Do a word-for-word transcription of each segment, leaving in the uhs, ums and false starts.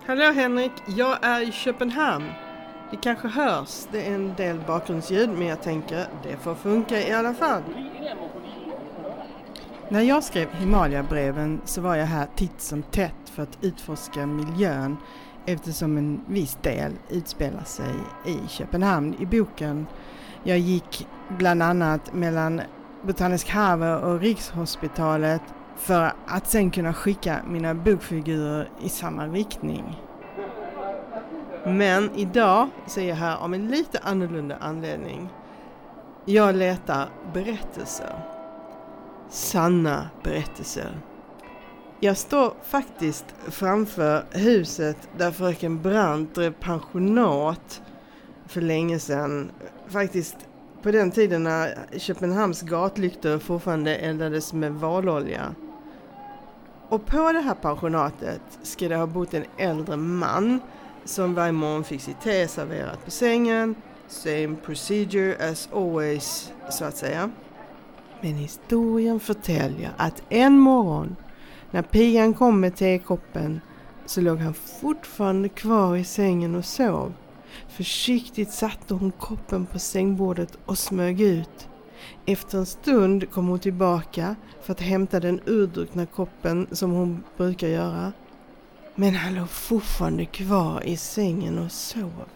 Hallå Henrik, jag är i Köpenhamn. Det kanske hörs, det är en del bakgrundsljud, men jag tänker det får funka i alla fall. När jag skrev Himalaya-breven så var jag här titt som tätt för att utforska miljön, eftersom en viss del utspelar sig i Köpenhamn. I boken jag gick bland annat mellan Botanisk have och Rikshospitalet för att sen kunna skicka mina bokfigurer i samma riktning. Men idag så är jag här om en lite annorlunda anledning. Jag letar berättelser. Sanna berättelser. Jag står faktiskt framför huset där fröken Brandt drev pensionat för länge sedan. Faktiskt på den tiden när Köpenhamns gatlyktor fortfarande eldades med valolja. Och på det här pensionatet ska det ha bott en äldre man som varje morgon fick sitt te serverat på sängen. Same procedure as always, så att säga. Men historien förtäljer att en morgon när pigan kom med tekoppen så låg han fortfarande kvar i sängen och sov. Försiktigt satte hon koppen på sängbordet och smög ut. Efter en stund kom hon tillbaka för att hämta den urdruckna koppen som hon brukar göra. Men han låg fortfarande kvar i sängen och sov.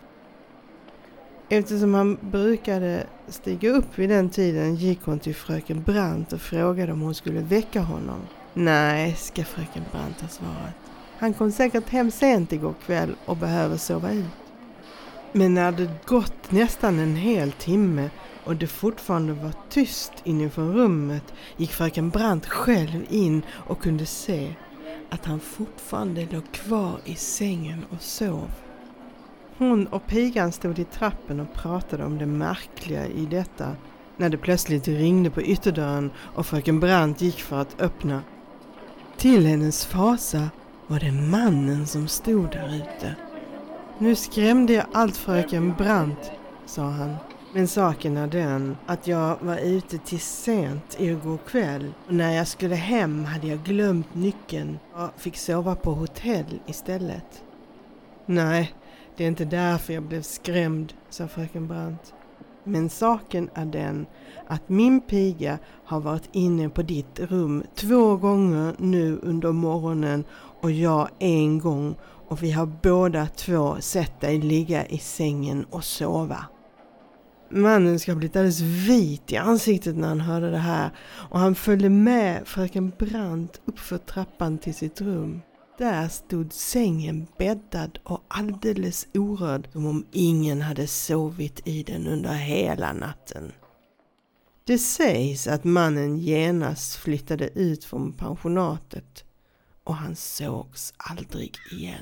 Eftersom han brukade stiga upp vid den tiden gick hon till fröken Brandt och frågade om hon skulle väcka honom. Nej, ska fröken Brandt ha svarat. Han kom säkert hem sent igår kväll och behöver sova ut. Men när det gått nästan en hel timme och det fortfarande var tyst inifrån rummet gick fröken Brandt själv in och kunde se att han fortfarande låg kvar i sängen och sov. Hon och pigan stod i trappen och pratade om det märkliga i detta när det plötsligt ringde på ytterdörren och fröken Brandt gick för att öppna. Till hennes fasa var det mannen som stod där ute. Nu skrämde jag allt fröken Brandt, sa han. Men saken är den att jag var ute till sent igår kväll och när jag skulle hem hade jag glömt nyckeln och fick sova på hotell istället. Nej, det är inte därför jag blev skrämd, sa fröken Brandt. Men saken är den att min piga har varit inne på ditt rum två gånger nu under morgonen och jag en gång och vi har båda två sett dig ligga i sängen och sova. Mannen ska ha blivit alldeles vit i ansiktet när han hörde det här och han följde med fröken Brandt upp för trappan till sitt rum. Där stod sängen bäddad och alldeles orörd som om ingen hade sovit i den under hela natten. Det sägs att mannen genast flyttade ut från pensionatet och han sågs aldrig igen.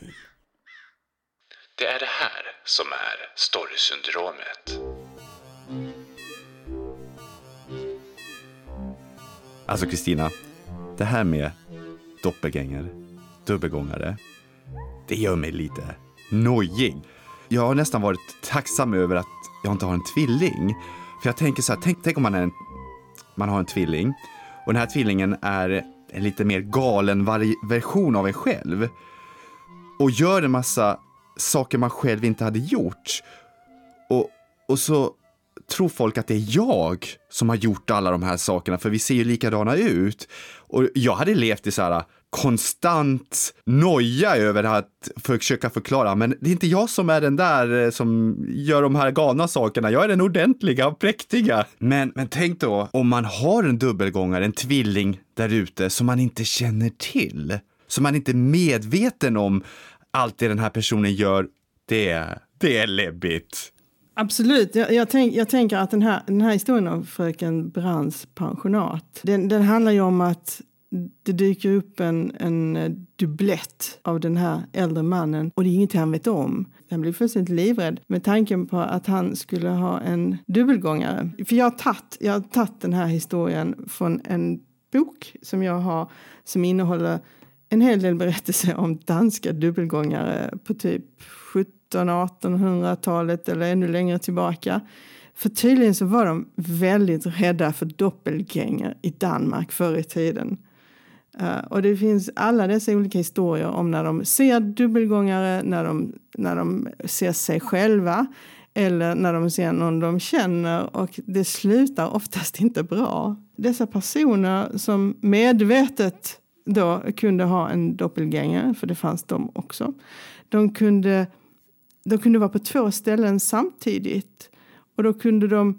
Det är det här som är storysyndromet. Alltså Kristina, det här med doppelgänger, dubbelgångare, det gör mig lite nojig. Jag har nästan varit tacksam över att jag inte har en tvilling. För jag tänker så här, tänk, tänk om man, är en, man har en tvilling och den här tvillingen är en lite mer galen vari- version av en själv och gör en massa saker man själv inte hade gjort. Och, och så tror folk att det är jag som har gjort alla de här sakerna, för vi ser ju likadana ut. Och jag hade levt i så här konstant noja över att försöka förklara, men det är inte jag som är den där som gör de här galna sakerna. Jag är den ordentliga och präktiga. Men, men tänk då, om man har en dubbelgångare, en tvilling där ute som man inte känner till, som man inte är medveten om allt det den här personen gör, det, det är läbbigt. Absolut, jag, jag, tänk, jag tänker att den här, den här historien om fröken Brandts pensionat, den, den handlar ju om att det dyker upp en, en dubblett av den här äldre mannen och det är inget han vet om. Han blir fullständigt livrädd med tanken på att han skulle ha en dubbelgångare. För jag har tagit, jag har tagit den här historien från en bok som jag har som innehåller en hel del berättelser om danska dubbelgångare på typ sjutton-artonhundratalet eller ännu längre tillbaka. För tydligen så var de väldigt rädda för doppelgänger i Danmark förr i tiden. Uh, och det finns alla dessa olika historier om när de ser dubbelgångare, när de, när de ser sig själva eller när de ser någon de känner, och det slutar oftast inte bra. Dessa personer som medvetet då kunde ha en doppelgängare, för det fanns de också, de kunde, de kunde vara på två ställen samtidigt, och då kunde de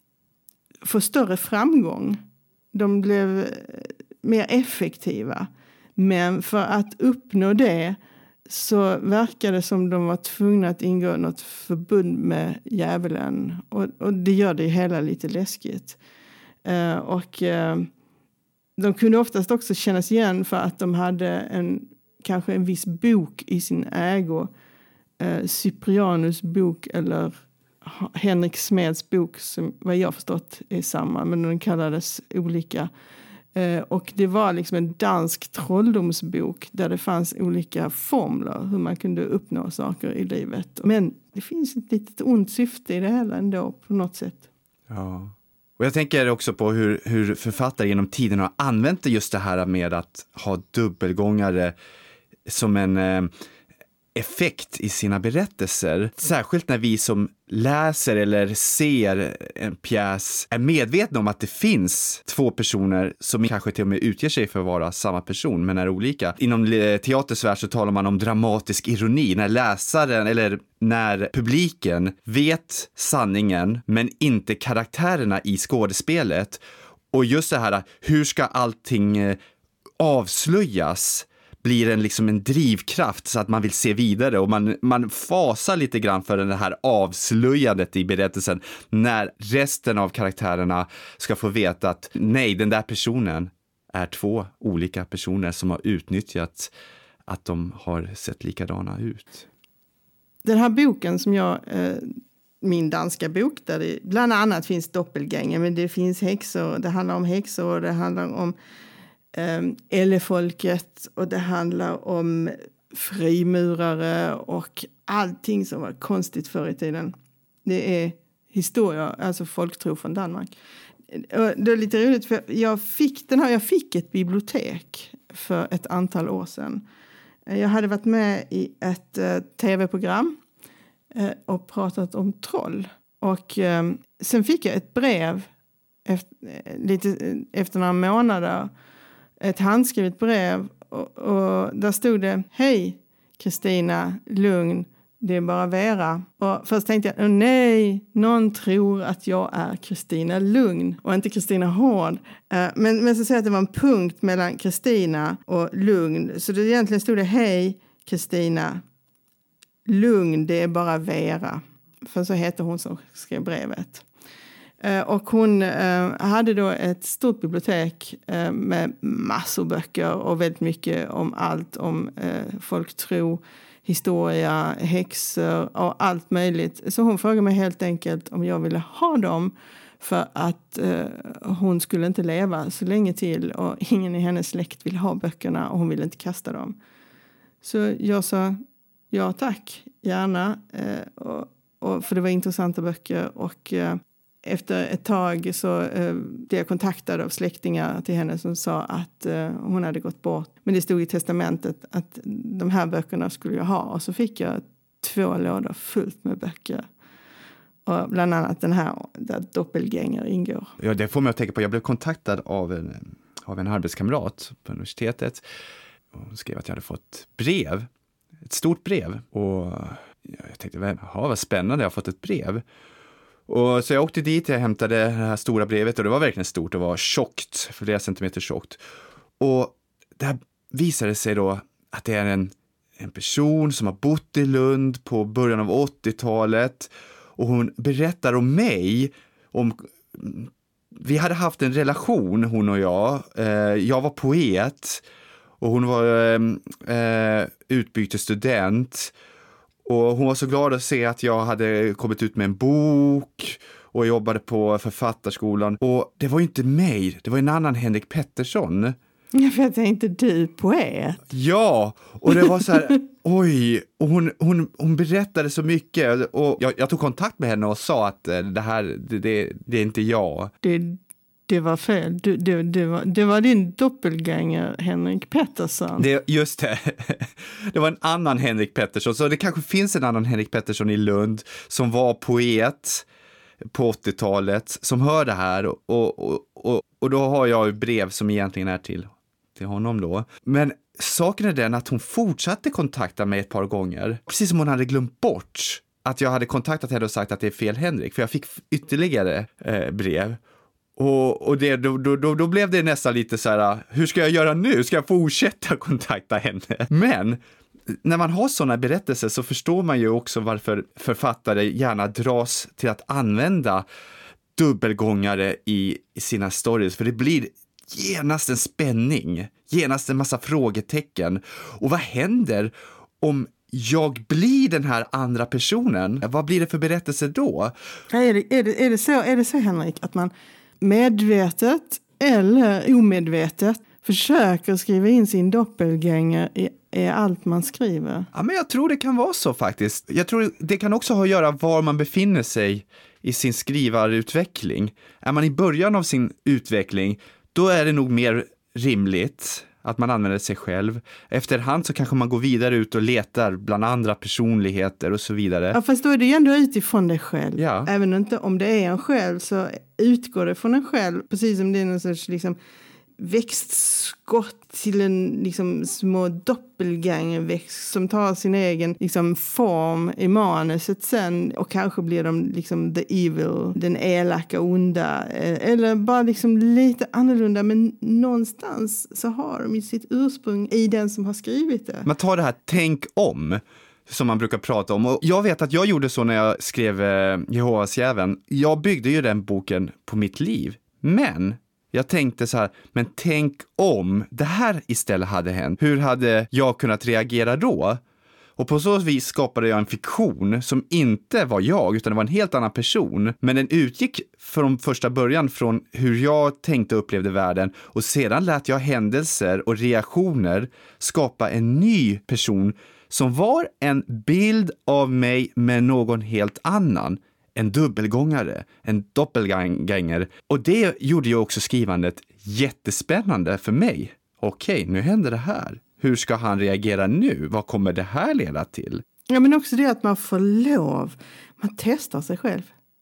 få större framgång. De blev mer effektiva. Men för att uppnå det så verkade det som de var tvungna att ingå något förbund med djävulen. Och, och det gör det hela lite läskigt. Uh, och uh, de kunde oftast också kännas igen för att de hade en, kanske en viss bok i sin ägo. Uh, Cyprianus bok eller Henrik Smeds bok, som vad jag förstått är samma, men den kallades olika. Eh, och det var liksom en dansk trolldomsbok där det fanns olika formler hur man kunde uppnå saker i livet. Men det finns ett litet ont syfte i det hela ändå på något sätt. Ja. Och jag tänker också på hur, hur författare genom tiden har använt just det här med att ha dubbelgångare som en eh, effekt i sina berättelser. Särskilt när vi som läser eller ser en pjäs är medvetna om att det finns två personer som kanske till och med utger sig för att vara samma person men är olika. Inom teaterns värld så talar man om dramatisk ironi, när läsaren eller när publiken vet sanningen men inte karaktärerna i skådespelet. Och just det här, hur ska allting avslöjas, blir en, liksom en drivkraft så att man vill se vidare, och man, man fasar lite grann för det här avslöjandet i berättelsen när resten av karaktärerna ska få veta att nej, den där personen är två olika personer som har utnyttjat att de har sett likadana ut. Den här boken som jag, eh, min danska bok, där det bland annat finns doppelgänger, men det finns häxor, det handlar om häxor och det handlar om Um, Ellefolket, och det handlar om frimurare och allting som var konstigt förr i tiden. Det är historia, alltså folktro från Danmark. Och det är lite roligt, för jag fick den här, jag fick ett bibliotek för ett antal år sedan. Jag hade varit med i ett uh, tv-program uh, och pratat om troll. Och um, sen fick jag ett brev efter, lite efter några månader, ett handskrivet brev, och, och där stod det: hej Kristina, lugn, det är bara Vera. Och först tänkte jag, oh, nej, någon tror att jag är Kristina Lugn och inte Kristina Hård. Uh, men, men så säger jag att det var en punkt mellan Kristina och Lugn. Så det egentligen stod det: hej Kristina, lugn, det är bara Vera. För så heter hon som skrev brevet. Och hon eh, hade då ett stort bibliotek eh, med massor böcker och väldigt mycket om allt, om eh, folktro, historia, häxor och allt möjligt. Så hon frågade mig helt enkelt om jag ville ha dem, för att eh, hon skulle inte leva så länge till och ingen i hennes släkt ville ha böckerna och hon ville inte kasta dem. Så jag sa ja tack, gärna, eh, och, och, för det var intressanta böcker. Och eh, efter ett tag så eh, blev jag kontaktad av släktingar till henne som sa att eh, hon hade gått bort. Men det stod i testamentet att de här böckerna skulle jag ha. Och så fick jag två lådor fullt med böcker. Och bland annat den här där doppelgänger ingår. Ja, det får mig att tänka på. Jag blev kontaktad av en, av en arbetskamrat på universitetet. Hon skrev att jag hade fått brev. Ett stort brev. Och jag tänkte, jaha, vad spännande, jag har fått ett brev. Och så jag åkte dit, jag hämtade det här stora brevet, och det var verkligen stort, det var tjockt, flera centimeter tjockt. Och där visade sig då att det är en, en person som har bott i Lund på början av åttiotalet, och hon berättar om mig, om vi hade haft en relation, hon och jag. Eh, jag var poet och hon var eh, utbytesstudent. Och hon var så glad att se att jag hade kommit ut med en bok och jobbade på författarskolan. Och det var ju inte mig, det var en annan Henrik Pettersson. Ja, för jag tänkte, du poet. Ja, och det var så här, oj, och hon, hon, hon berättade så mycket. Och jag, jag tog kontakt med henne och sa att det här, det, det, det är inte jag. Det är Det var fel. Du, du, det, var, det var din doppelgängare Henrik Pettersson. Det, just det. Det var en annan Henrik Pettersson. Så det kanske finns en annan Henrik Pettersson i Lund som var poet på åttiotalet som hör det här. Och, och, och, och då har jag ett brev som egentligen är till, till honom då. Men saken är den att hon fortsatte kontakta mig ett par gånger. Precis som hon hade glömt bort att jag hade kontaktat henne och sagt att det är fel Henrik. För jag fick ytterligare eh, brev. Och, och det, då, då, då blev det nästan lite så här, hur ska jag göra nu? Ska jag fortsätta kontakta henne? Men när man har sådana berättelser så förstår man ju också varför författare gärna dras till att använda dubbelgångare i, i sina stories. För det blir genast en spänning, genast en massa frågetecken. Och vad händer om jag blir den här andra personen? Vad blir det för berättelse då? Är det, är det, är det, så, är det så, Henrik, att man medvetet eller omedvetet försöker skriva in sin doppelgängare i, i allt man skriver? Ja, men jag tror det kan vara så faktiskt. Jag tror det kan också ha att göra var man befinner sig i sin skrivarutveckling. Är man i början av sin utveckling, då är det nog mer rimligt att man använder sig själv. Efterhand så kanske man går vidare ut och letar bland andra personligheter och så vidare. Ja, fast då är det ju ändå utifrån dig själv. Ja. Även inte om det är en själv så utgår det från en själv. Precis som det är en sorts liksom växtskott till en liksom små doppelgängerväxt som tar sin egen liksom form i manuset sen, och kanske blir de liksom the evil, den elaka onda, eller bara liksom lite annorlunda, men någonstans så har de ju sitt ursprung i den som har skrivit det. Man tar det här tänk om som man brukar prata om, och jag vet att jag gjorde så när jag skrev eh, Jehovas djävulen. Jag byggde ju den boken på mitt liv, men jag tänkte så här, men tänk om det här istället hade hänt. Hur hade jag kunnat reagera då? Och på så vis skapade jag en fiktion som inte var jag, utan det var en helt annan person. Men den utgick från första början från hur jag tänkte och upplevde världen. Och sedan lät jag händelser och reaktioner skapa en ny person som var en bild av mig med någon helt annan. En dubbelgångare, en doppelgänger. Och det gjorde ju också skrivandet jättespännande för mig. Okej, nu händer det här. Hur ska han reagera nu? Vad kommer det här leda till? Ja, men också det att man får lov. Man testar sig själv.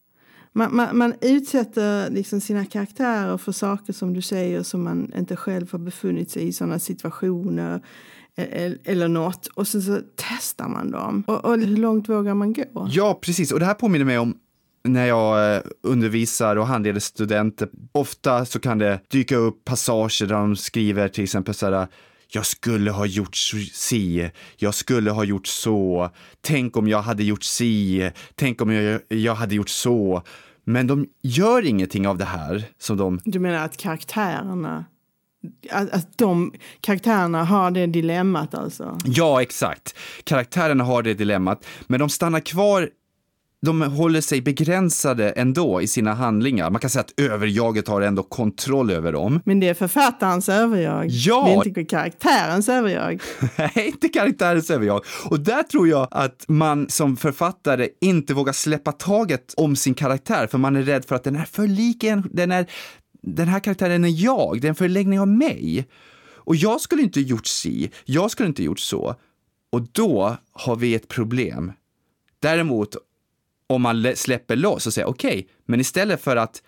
Man, man, man utsätter liksom sina karaktärer för saker som du säger som man inte själv har befunnit sig i sådana situationer eller, eller något. Och så, så testar man dem. Och, och hur långt vågar man gå? Ja, precis. Och det här påminner mig om när jag undervisar och handleder studenter. Ofta så kan det dyka upp passager där de skriver till exempel så här: jag skulle ha gjort si, jag skulle ha gjort så, tänk om jag hade gjort si, tänk om jag, jag hade gjort så. Men de gör ingenting av det här som de... Du menar att karaktärerna, att, att de karaktärerna har det dilemmat alltså? Ja, exakt. Karaktärerna har det dilemmat, men de stannar kvar. De håller sig begränsade ändå i sina handlingar. Man kan säga att överjaget har ändå kontroll över dem. Men det är författarens överjag. Ja! Det är inte karaktärens överjag. Nej, inte karaktärens överjag. Och där tror jag att man som författare inte vågar släppa taget om sin karaktär. För man är rädd för att den är för lik en, den, är, den här karaktären är jag. Det är en förlängning av mig. Och jag skulle inte gjort si. Jag skulle inte gjort så. Och då har vi ett problem. Däremot, om man släpper loss och säger okej, okay, men istället för att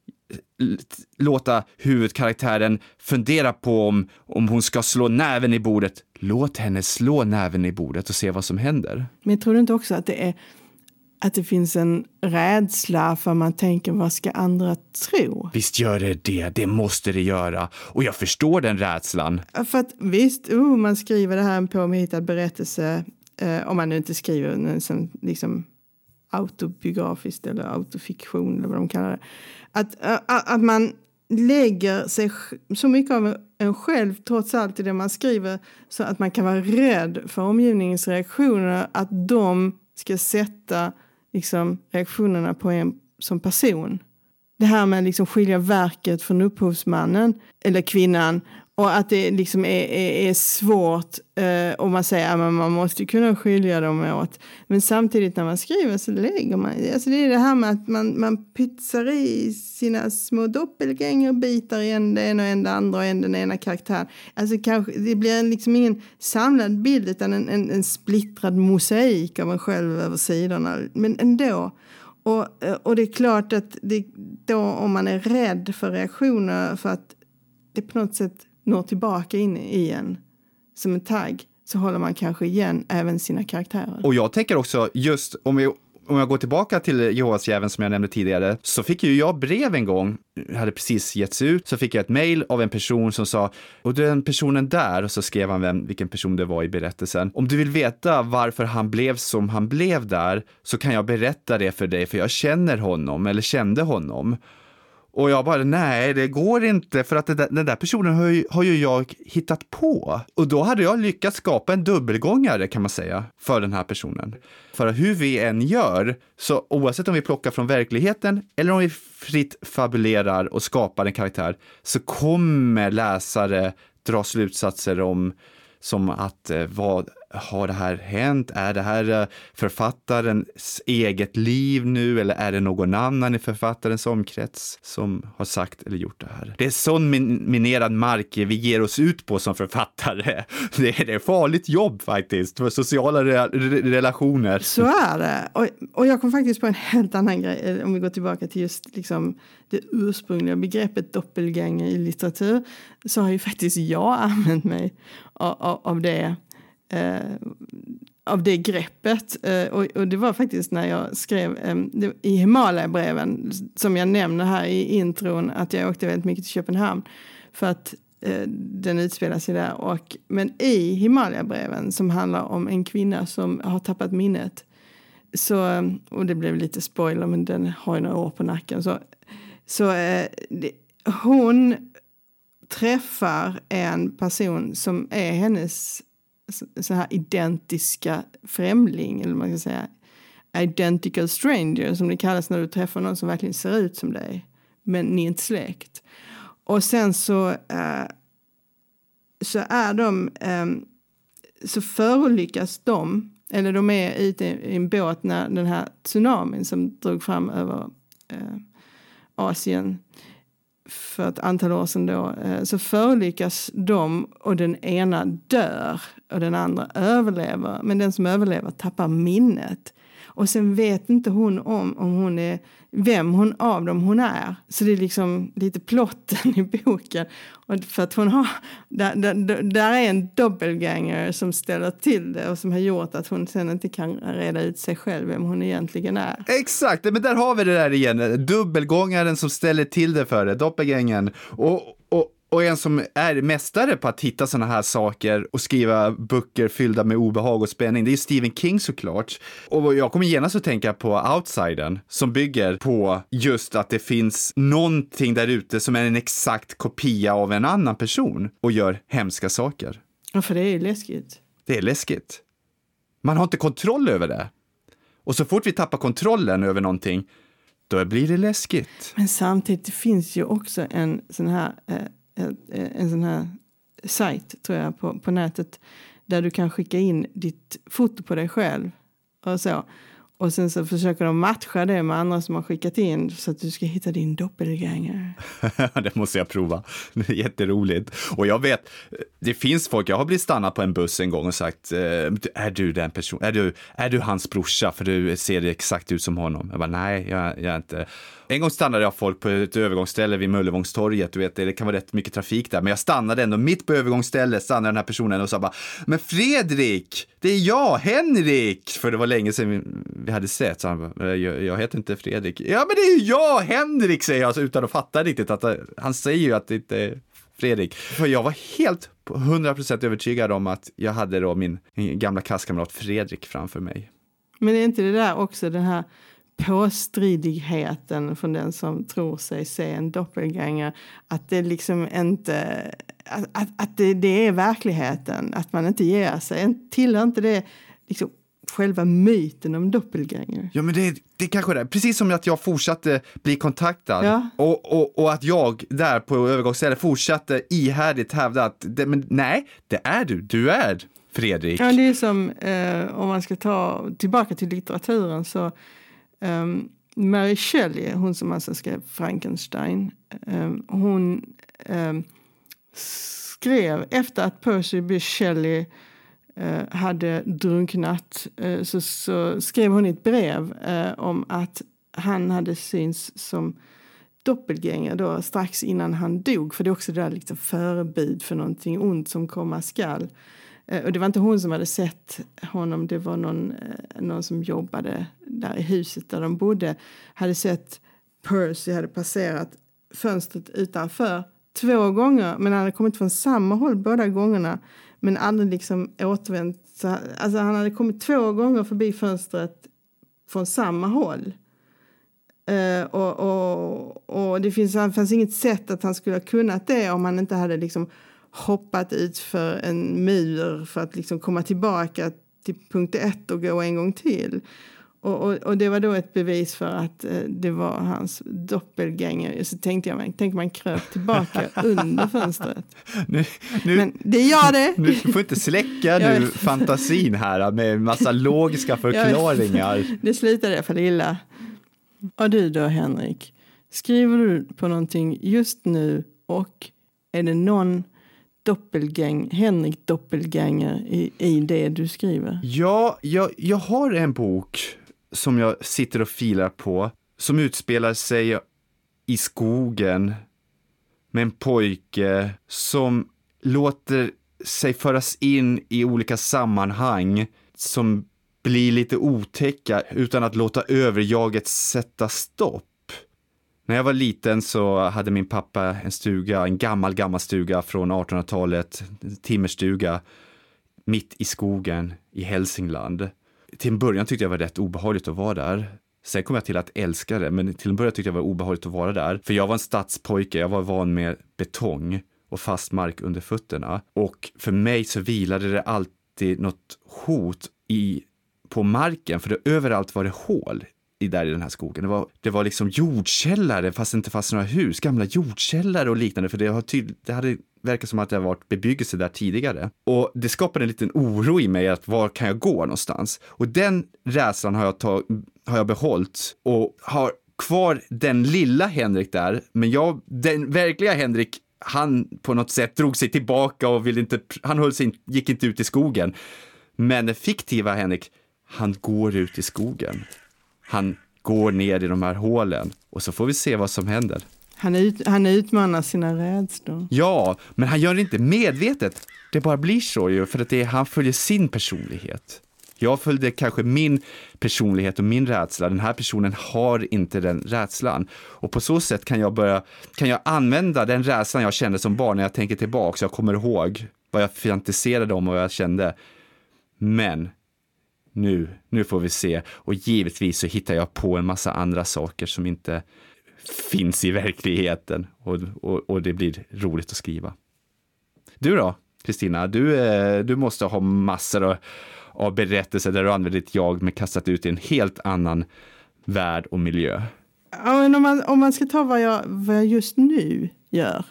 låta huvudkaraktären fundera på om, om hon ska slå näven i bordet, låt henne slå näven i bordet och se vad som händer. Men jag tror inte också att det är att det finns en rädsla för man tänker vad ska andra tro? Visst gör det det, det måste det göra. Och jag förstår den rädslan. För att visst, oh, man skriver det här en påhittad berättelse, eh, om man nu inte skriver en sån liksom autobiografiskt eller autofiktion eller vad de kallar det. Att, att, att man lägger sig så mycket av en själv trots allt i det man skriver, så att man kan vara rädd för omgivningens reaktioner, att de ska sätta liksom reaktionerna på en som person. Det här med liksom skilja verket från upphovsmannen eller kvinnan Och att det liksom är, är, är svårt eh, och man säger att man måste kunna skilja dem åt. Men samtidigt när man skriver så lägger man... Alltså det är det här med att man, man pytsar i sina små doppelgängerbitar i en det ena och en det andra och en den ena karaktären. Alltså kanske, det blir liksom ingen samlad bild utan en, en, en splittrad mosaik av en själv över sidorna. Men ändå... Och, och det är klart att det, då om man är rädd för reaktioner för att det på något sätt når tillbaka in i en som en tagg så håller man kanske igen även sina karaktärer. Och jag tänker också just om vi Om jag går tillbaka till Jehovas jäveln som jag nämnde tidigare så fick ju jag brev en gång, hade precis getts ut, så fick jag ett mejl av en person som sa och den personen där, och så skrev han vem, vilken person det var i berättelsen. Om du vill veta varför han blev som han blev där så kan jag berätta det för dig för jag känner honom eller kände honom. Och jag bara, nej det går inte för att det där, den där personen har ju, har ju jag hittat på. Och då hade jag lyckats skapa en dubbelgångare kan man säga för den här personen. För hur vi än gör, så oavsett om vi plockar från verkligheten eller om vi fritt fabulerar och skapar en karaktär så kommer läsare dra slutsatser om som att eh, vad har det här hänt? Är det här eh, författarens eget liv nu eller är det någon annan i författarens omkrets som har sagt eller gjort det här? Det är sån min- minerad mark vi ger oss ut på som författare. Det är, det är farligt jobb faktiskt för sociala re- re- relationer. Så är det. Och, och jag kom faktiskt på en helt annan grej om vi går tillbaka till just liksom, det ursprungliga begreppet doppelgänger i litteratur så har ju faktiskt jag använt mig av, av, av det eh, av det greppet eh, och, och det var faktiskt när jag skrev eh, det, i Himalaya-breven som jag nämner här i intron att jag åkte väldigt mycket till Köpenhamn för att eh, den utspelar sig där och, men i Himalaya-breven som handlar om en kvinna som har tappat minnet så, och det blev lite spoiler men den har ju några år på nacken så, så eh, det, hon träffar en person som är hennes så här identiska främling eller man kan säga identical stranger som det kallas när du träffar någon som verkligen ser ut som dig men ni är inte släkt och sen så äh, så är de äh, så förolyckas de eller de är ute i en båt när den här tsunamin som drog fram över äh, Asien för ett antal år sedan då, så förolyckas de och den ena dör och den andra överlever. Men den som överlever tappar minnet. Och sen vet inte hon om, om hon är, vem hon av dem hon är. Så det är liksom lite plotten i boken. Och för att hon har, där, där, där är en doppelganger som ställer till det och som har gjort att hon sen inte kan reda ut sig själv vem hon egentligen är. Exakt, men där har vi det där igen. Dubbelgångaren som ställer till det för det, doppelgängern. Och, och, och en som är mästare på att hitta såna här saker och skriva böcker fyllda med obehag och spänning. Det är Stephen King såklart. Och jag kommer genast att tänka på Outsidern som bygger på just att det finns någonting där ute som är en exakt kopia av en annan person och gör hemska saker. Ja, för det är ju läskigt. Det är läskigt. Man har inte kontroll över det. Och så fort vi tappar kontrollen över någonting, då blir det läskigt. Men samtidigt det finns ju också en sån här eh, en sån här sajt tror jag på, på nätet där du kan skicka in ditt foto på dig själv och så. Och sen så försöker de matcha det med andra som har skickat in så att du ska hitta din doppelgängare. Det måste jag prova. Det är jätteroligt. Och jag vet, det finns folk, jag har blivit stannad på en buss en gång och sagt, är du den personen? Är du, är du hans brorsa? För du ser exakt ut som honom. Jag bara, nej, jag, jag är inte. En gång stannade jag folk på ett övergångsställe vid Möllevångstorget. Du vet, det kan vara rätt mycket trafik där. Men jag stannade ändå mitt på övergångsstället, stannade den här personen och sa bara, men Fredrik, det är jag, Henrik. För det var länge sedan vi hade sett. Så han bara, jag, jag heter inte Fredrik. Ja, men det är ju jag, Henrik, säger jag. Alltså, utan att fatta riktigt att han säger ju att det inte är Fredrik. För jag var helt hundra procent övertygad om att jag hade då min, min gamla klasskamrat Fredrik framför mig. Men är inte det där också den här påstridigheten från den som tror sig se en doppelgängare, att det liksom inte att, att, att det, det är verkligheten, att man inte ger sig, tillhör inte det liksom själva myten om doppelganger. Ja, men det, det kanske är precis som att jag fortsatte bli kontaktad Ja. och, och, och att jag där på övergångsstället fortsatte ihärdigt hävda att det, men nej, det är du, du är Fredrik. Ja, det är som eh, om man ska ta tillbaka till litteraturen så um, Mary Shelley, hon som alltså skrev Frankenstein, um, hon um, skrev efter att Percy Bysshe Shelley uh, hade drunknat uh, så, så skrev hon ett brev uh, om att han hade syns som doppelgängare då strax innan han dog, för det är också där liksom förebud för någonting ont som komma skall. Och det var inte hon som hade sett honom, det var någon, någon som jobbade där i huset där de bodde. Hade sett Percy, hade passerat fönstret utanför två gånger, men han hade kommit från samma håll båda gångerna, men aldrig liksom återvänt. Så, alltså han hade kommit två gånger förbi fönstret från samma håll. Uh, och, och, och det finns, det fanns inget sätt att han skulle ha kunnat det om han inte hade liksom hoppat ut för en mur för att liksom komma tillbaka till punkt ett och gå en gång till. Och, och, och det var då ett bevis för att uh, det var hans doppelgängare. Så tänkte jag, man, tänk man kröp tillbaka under fönstret. Nu, nu, Men det gör det. Nu, du får inte släcka nu fantasin här med en massa logiska förklaringar. Det slutade i alla fall illa. Och du då, Henrik? Skriver du på någonting just nu och är det någon doppelgäng, Henrik doppelgänger i, i det du skriver? Ja, jag, jag har en bok som jag sitter och filar på som utspelar sig i skogen med en pojke som låter sig föras in i olika sammanhang som blir lite otäcka utan att låta överjaget sätta stopp. När jag var liten så hade min pappa en stuga, en gammal, gammal stuga från artonhundratalet, en timmerstuga, mitt i skogen i Hälsingland. Till en början tyckte jag var rätt obehagligt att vara där. Sen kom jag till att älska det, men till en början tyckte jag det var obehagligt att vara där. För jag var en stadspojke, jag var van med betong och fast mark under fötterna. Och för mig så vilade det alltid något hot i, på marken, för det överallt var det hål i där i den här skogen. Det var, det var liksom jordkällare, fast det inte fanns några hus, gamla jordkällare och liknande, för det, har tyd, det hade verkat som att det har varit bebyggelse där tidigare. Och det skapade en liten oro i mig att var kan jag gå någonstans? Och den rädslan har jag, tag, har jag behållit och har kvar den lilla Henrik där, men jag, den verkliga Henrik, han på något sätt drog sig tillbaka och ville inte, han höll sig, gick inte ut i skogen. Men den fiktiva Henrik, han går ut i skogen. Han går ner i de här hålen och så får vi se vad som händer. Han, ut, han utmanar sina rädslor. Ja, men han gör det inte medvetet. Det bara blir så ju, för att det är, han följer sin personlighet. Jag följde kanske min personlighet och min rädsla. Den här personen har inte den rädslan. Och på så sätt kan jag börja, kan jag använda den rädslan jag kände som barn när jag tänker tillbaka. Så jag kommer ihåg vad jag fantiserade om och vad jag kände. Men nu, nu får vi se. Och givetvis så hittar jag på en massa andra saker som inte finns i verkligheten. Och, och, och det blir roligt att skriva. Du då, Kristina? Du, du måste ha massor av berättelser där du använder ditt jag men kastat ut i en helt annan värld och miljö. Ja, men om, man, om man ska ta vad jag, vad jag just nu gör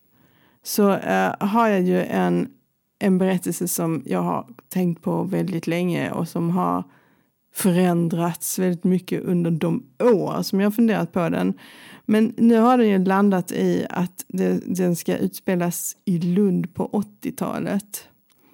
så uh, har jag ju en, en berättelse som jag har tänkt på väldigt länge och som har förändrats väldigt mycket under de år som jag har funderat på den. Men nu har den ju landat i att det, den ska utspelas i Lund på åttiotalet.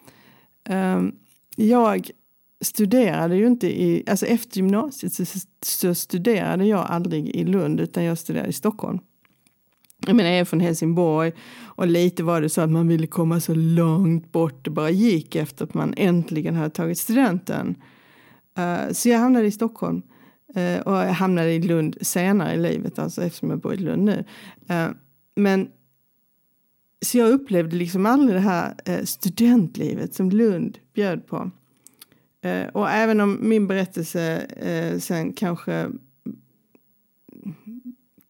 Um, jag studerade ju inte i, alltså efter gymnasiet så, så studerade jag aldrig i Lund utan jag studerade i Stockholm. Jag menar, jag är från Helsingborg och lite var det så att man ville komma så långt bort det bara gick efter att man äntligen hade tagit studenten. Uh, så jag hamnade i Stockholm uh, och jag hamnade i Lund senare i livet, alltså eftersom jag bor i Lund nu. Uh, men så jag upplevde liksom aldrig det här uh, studentlivet som Lund bjöd på. Uh, och även om min berättelse uh, sen kanske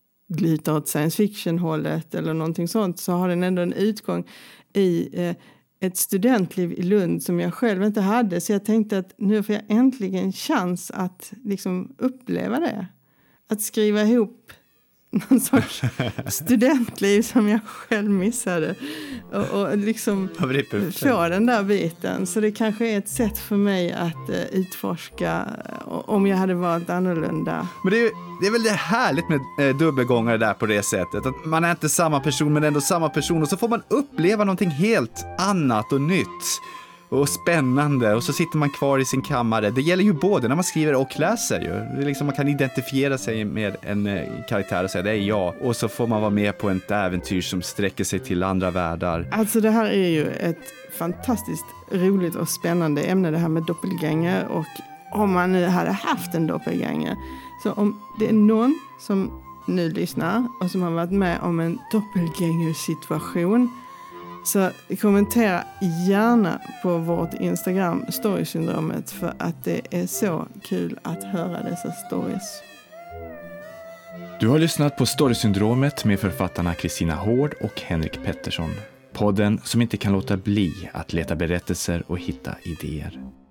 glitar åt science fiction-hållet eller någonting sånt, så har den ändå en utgång i uh, ett studentliv i Lund som jag själv inte hade. Så jag tänkte att nu får jag äntligen chans att liksom uppleva det. Att skriva ihop någon sorts studentliv som jag själv missade. Och, och liksom få den där biten. Så det kanske är ett sätt för mig att uh, utforska om jag hade varit annorlunda. Men det är, det är väl det härligt med eh, dubbelgångare där på det sättet. Att man är inte samma person men ändå samma person. Och så får man uppleva någonting helt annat och nytt. Och spännande. Och så sitter man kvar i sin kammare. Det gäller ju både när man skriver och läser ju. Det är liksom, man kan identifiera sig med en eh, karaktär och säga det är jag. Och så får man vara med på ett äventyr som sträcker sig till andra världar. Alltså det här är ju ett fantastiskt roligt och spännande ämne, det här med doppelgänger. Och om man nu hade haft en doppelgänger. Så om det är någon som nu lyssnar och som har varit med om en doppelgängersituation, så kommentera gärna på vårt Instagram Storysyndromet, för att det är så kul att höra dessa stories. Du har lyssnat på Storysyndromet med författarna Kristina Hård och Henrik Pettersson. Podden som inte kan låta bli att leta berättelser och hitta idéer.